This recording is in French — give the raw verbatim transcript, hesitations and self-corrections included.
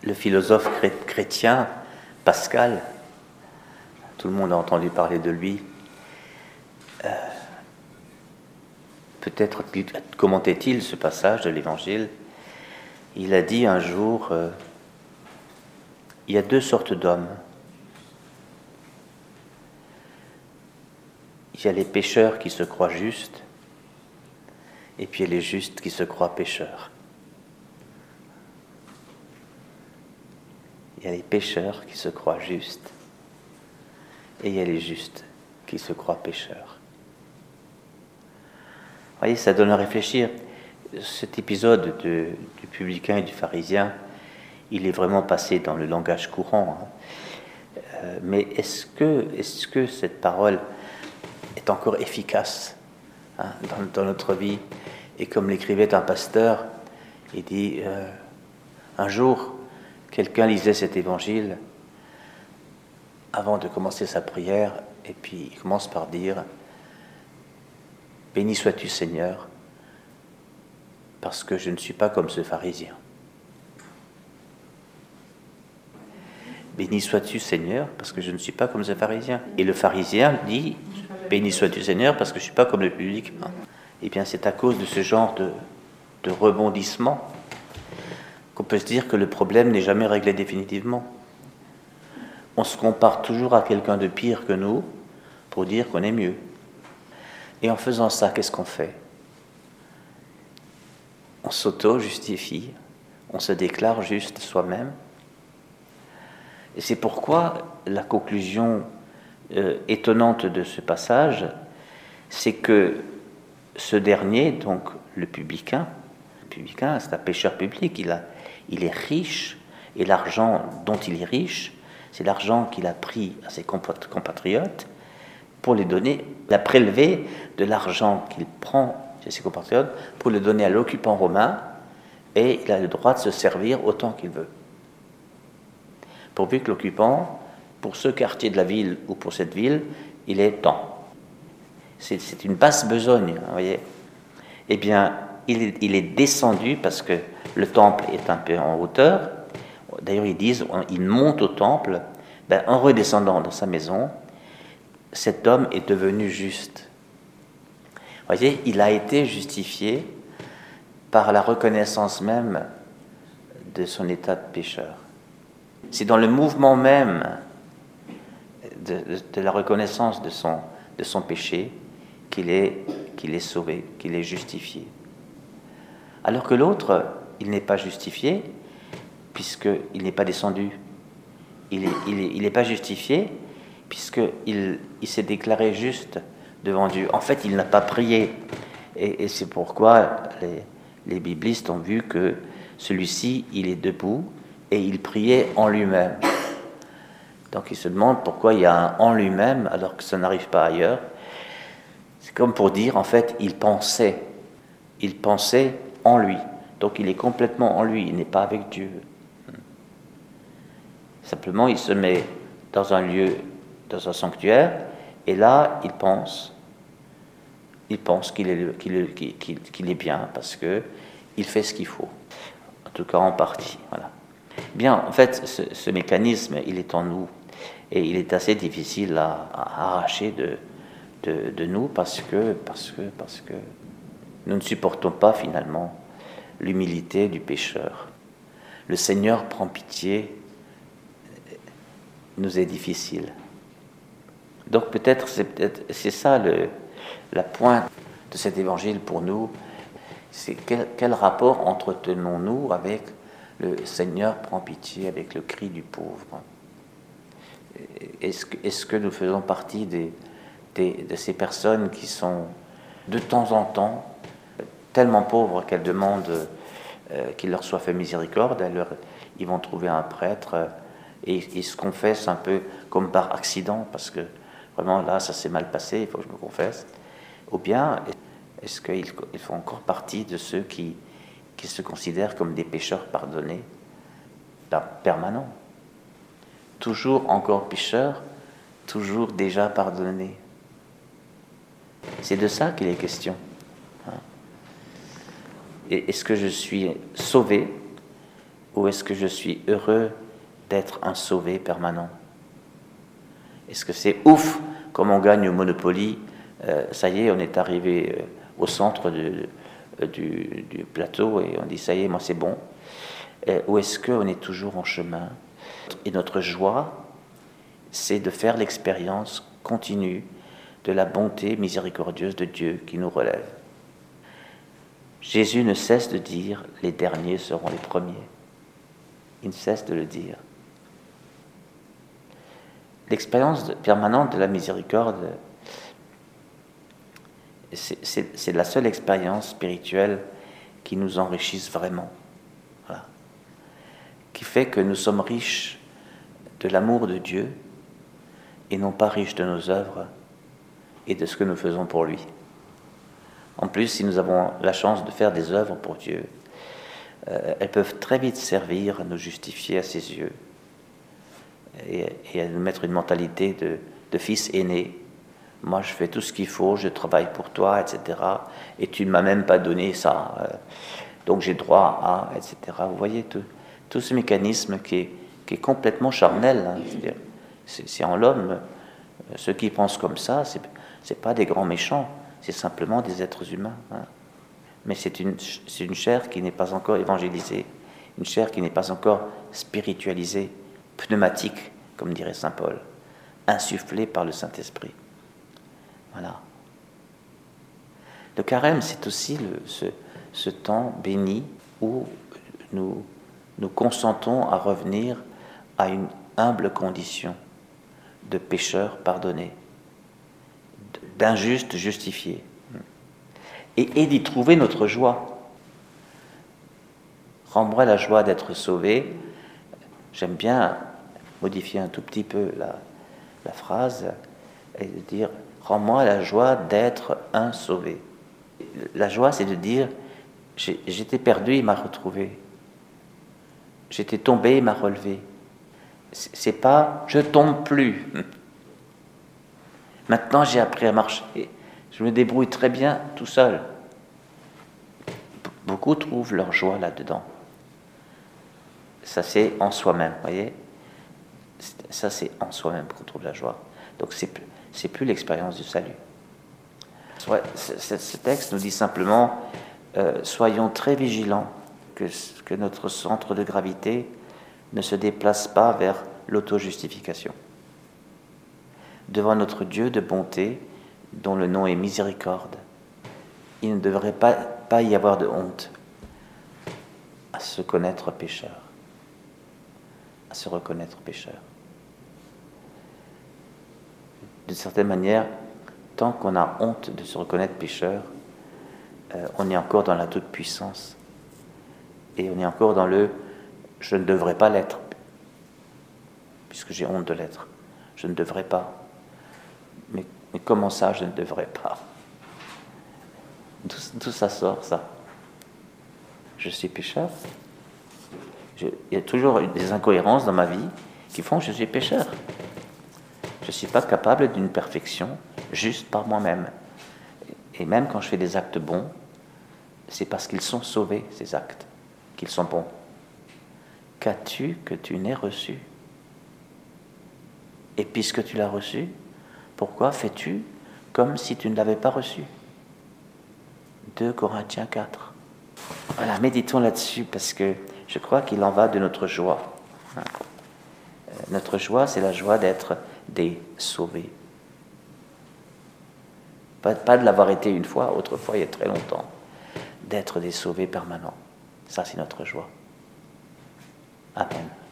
le philosophe chrétien Pascal, tout le monde a entendu parler de lui, euh, peut-être commentait-il ce passage de l'Évangile. Il a dit un jour, euh, il y a deux sortes d'hommes. Il y a les pécheurs qui se croient justes, et puis il y a les justes qui se croient pécheurs. Il y a les pécheurs qui se croient justes, et il y a les justes qui se croient pécheurs. Vous voyez, ça donne à réfléchir. Cet épisode de, du publicain et du pharisien, il est vraiment passé dans le langage courant. Hein. Euh, mais est-ce que, est-ce que cette parole est encore efficace hein, dans, dans notre vie? Et comme l'écrivait un pasteur, il dit, euh, un jour, quelqu'un lisait cet évangile avant de commencer sa prière, et puis il commence par dire, « Béni sois-tu Seigneur, parce que je ne suis pas comme ce pharisien. » Béni sois-tu Seigneur, parce que je ne suis pas comme ce pharisien. Et le pharisien dit, béni sois-tu Seigneur, parce que je ne suis pas comme le public. Eh bien, c'est à cause de ce genre de, de rebondissement qu'on peut se dire que le problème n'est jamais réglé définitivement. On se compare toujours à quelqu'un de pire que nous pour dire qu'on est mieux. Et en faisant ça, qu'est-ce qu'on fait? On s'auto-justifie, on se déclare juste soi-même. Et c'est pourquoi la conclusion euh, étonnante de ce passage, c'est que ce dernier, donc le publicain, le publicain, c'est un pécheur public, il, a, il est riche, et l'argent dont il est riche, c'est l'argent qu'il a pris à ses compatriotes pour les donner, il a prélevé de l'argent qu'il prend chez ses compatriotes pour le donner à l'occupant romain, et il a le droit de se servir autant qu'il veut. Pourvu que l'occupant, pour ce quartier de la ville ou pour cette ville, il est temps. C'est, c'est une basse besogne, vous voyez. Eh bien, il est, il est descendu parce que le temple est un peu en hauteur. D'ailleurs, ils disent, il monte au temple. Ben, en redescendant dans sa maison, cet homme est devenu juste. Vous voyez, il a été justifié par la reconnaissance même de son état de pécheur. C'est dans le mouvement même de, de, de la reconnaissance de son, de son péché qu'il est, qu'il est sauvé, qu'il est justifié. Alors que l'autre, il n'est pas justifié, puisqu'il n'est pas descendu. Il n'est il est, il est pas justifié, puisqu'il il s'est déclaré juste devant Dieu. En fait, il n'a pas prié. Et, et c'est pourquoi les, les biblistes ont vu que celui-ci, il est debout, et il priait en lui-même. Donc il se demande pourquoi il y a un en lui-même alors que ça n'arrive pas ailleurs. C'est comme pour dire, en fait, il pensait. Il pensait en lui. Donc il est complètement en lui, il n'est pas avec Dieu. Simplement, il se met dans un lieu, dans un sanctuaire, et là, il pense. Il pense qu'il est, qu'il est, qu'il, qu'il est bien parce qu'il fait ce qu'il faut. En tout cas, en partie. Voilà. Bien, en fait, ce, ce mécanisme, il est en nous. Et il est assez difficile à, à arracher de, de, de nous parce que, parce, que, parce que nous ne supportons pas finalement l'humilité du pécheur. Le Seigneur prend pitié, nous est difficile. Donc peut-être c'est, peut-être, c'est ça le, la pointe de cet évangile pour nous. C'est quel, quel rapport entretenons-nous avec le Seigneur prend pitié, avec le cri du pauvre? Est-ce que, est-ce que nous faisons partie des, des, de ces personnes qui sont de temps en temps tellement pauvres qu'elles demandent euh, qu'il leur soit fait miséricorde? Alors, ils vont trouver un prêtre euh, et ils se confessent un peu comme par accident parce que vraiment là ça s'est mal passé, il faut que je me confesse. Ou bien est-ce qu'ils ils font encore partie de ceux qui, qui se considèrent comme des pécheurs pardonnés permanents? Toujours encore pécheur, toujours déjà pardonné. C'est de ça qu'il est question. Et est-ce que je suis sauvé Ou est-ce que je suis heureux d'être un sauvé permanent? Est-ce que c'est ouf, comme on gagne au Monopoly, euh, ça y est, on est arrivé euh, au centre de, de, du, du plateau et on dit ça y est, moi c'est bon. Euh, ou est-ce qu'on est toujours en chemin? Et notre joie, c'est de faire l'expérience continue de la bonté miséricordieuse de Dieu qui nous relève. Jésus ne cesse de dire « les derniers seront les premiers ». Il ne cesse de le dire. L'expérience permanente de la miséricorde, c'est la seule expérience spirituelle qui nous enrichisse vraiment. Voilà. Qui fait que nous sommes riches de l'amour de Dieu et non pas riches de nos œuvres et de ce que nous faisons pour lui. En plus, si nous avons la chance de faire des œuvres pour Dieu, euh, elles peuvent très vite servir à nous justifier à ses yeux et, et à nous mettre une mentalité de, de fils aîné. Moi, je fais tout ce qu'il faut, je travaille pour toi, et cetera. Et tu ne m'as même pas donné ça, euh, donc j'ai droit à, et cetera. Vous voyez, tout, tout ce mécanisme qui est, qui est complètement charnel. Hein, c'est-à-dire, c'est, c'est en l'homme. Ceux qui pensent comme ça, c'est, c'est pas des grands méchants, c'est simplement des êtres humains. Hein. Mais c'est une, c'est une chair qui n'est pas encore évangélisée, une chair qui n'est pas encore spiritualisée, pneumatique, comme dirait saint Paul, insufflée par le Saint-Esprit. Voilà. Le carême, c'est aussi le, ce, ce temps béni où nous nous consentons à revenir à une humble condition de pécheurs pardonnés, d'injustes justifiés, et, et d'y trouver notre joie. Rends-moi la joie d'être sauvé. J'aime bien modifier un tout petit peu la, la phrase et de dire « Rends-moi la joie d'être un sauvé ». La joie, c'est de dire « J'étais perdu, il m'a retrouvé. J'étais tombé, il m'a relevé. » C'est pas « je tombe plus ». Maintenant, j'ai appris à marcher. Je me débrouille très bien tout seul. Beaucoup trouvent leur joie là-dedans. Ça, c'est en soi-même, vous voyez. Ça, c'est en soi-même qu'on trouve la joie. Donc, c'est plus, c'est plus l'expérience du salut. Ouais, ce, ce texte nous dit simplement euh, soyons très vigilants que, que notre centre de gravité ne se déplace pas vers l'auto-justification. Devant notre Dieu de bonté, dont le nom est miséricorde, il ne devrait pas, pas y avoir de honte à se connaître pécheur, à se reconnaître pécheur. D'une certaine manière, tant qu'on a honte de se reconnaître pécheur, euh, on est encore dans la toute-puissance. Et on est encore dans le « je ne devrais pas l'être », puisque j'ai honte de l'être. Je ne devrais pas. Mais, mais comment ça, je ne devrais pas? D'où ça sort, ça? Je suis pécheur. Je, il y a toujours des incohérences dans ma vie qui font que je suis pécheur. Je ne suis pas capable d'une perfection juste par moi-même. Et même quand je fais des actes bons, c'est parce qu'ils sont sauvés, ces actes, qu'ils sont bons. Qu'as-tu que tu n'aies reçu? Et puisque tu l'as reçu, pourquoi fais-tu comme si tu ne l'avais pas reçu? deux Corinthiens quatre. Voilà, méditons là-dessus parce que je crois qu'il en va de notre joie. Notre joie, c'est la joie d'être des sauvés. Pas, pas de l'avoir été une fois, autrefois, il y a très longtemps. D'être des sauvés permanents. Ça, c'est notre joie. Amen.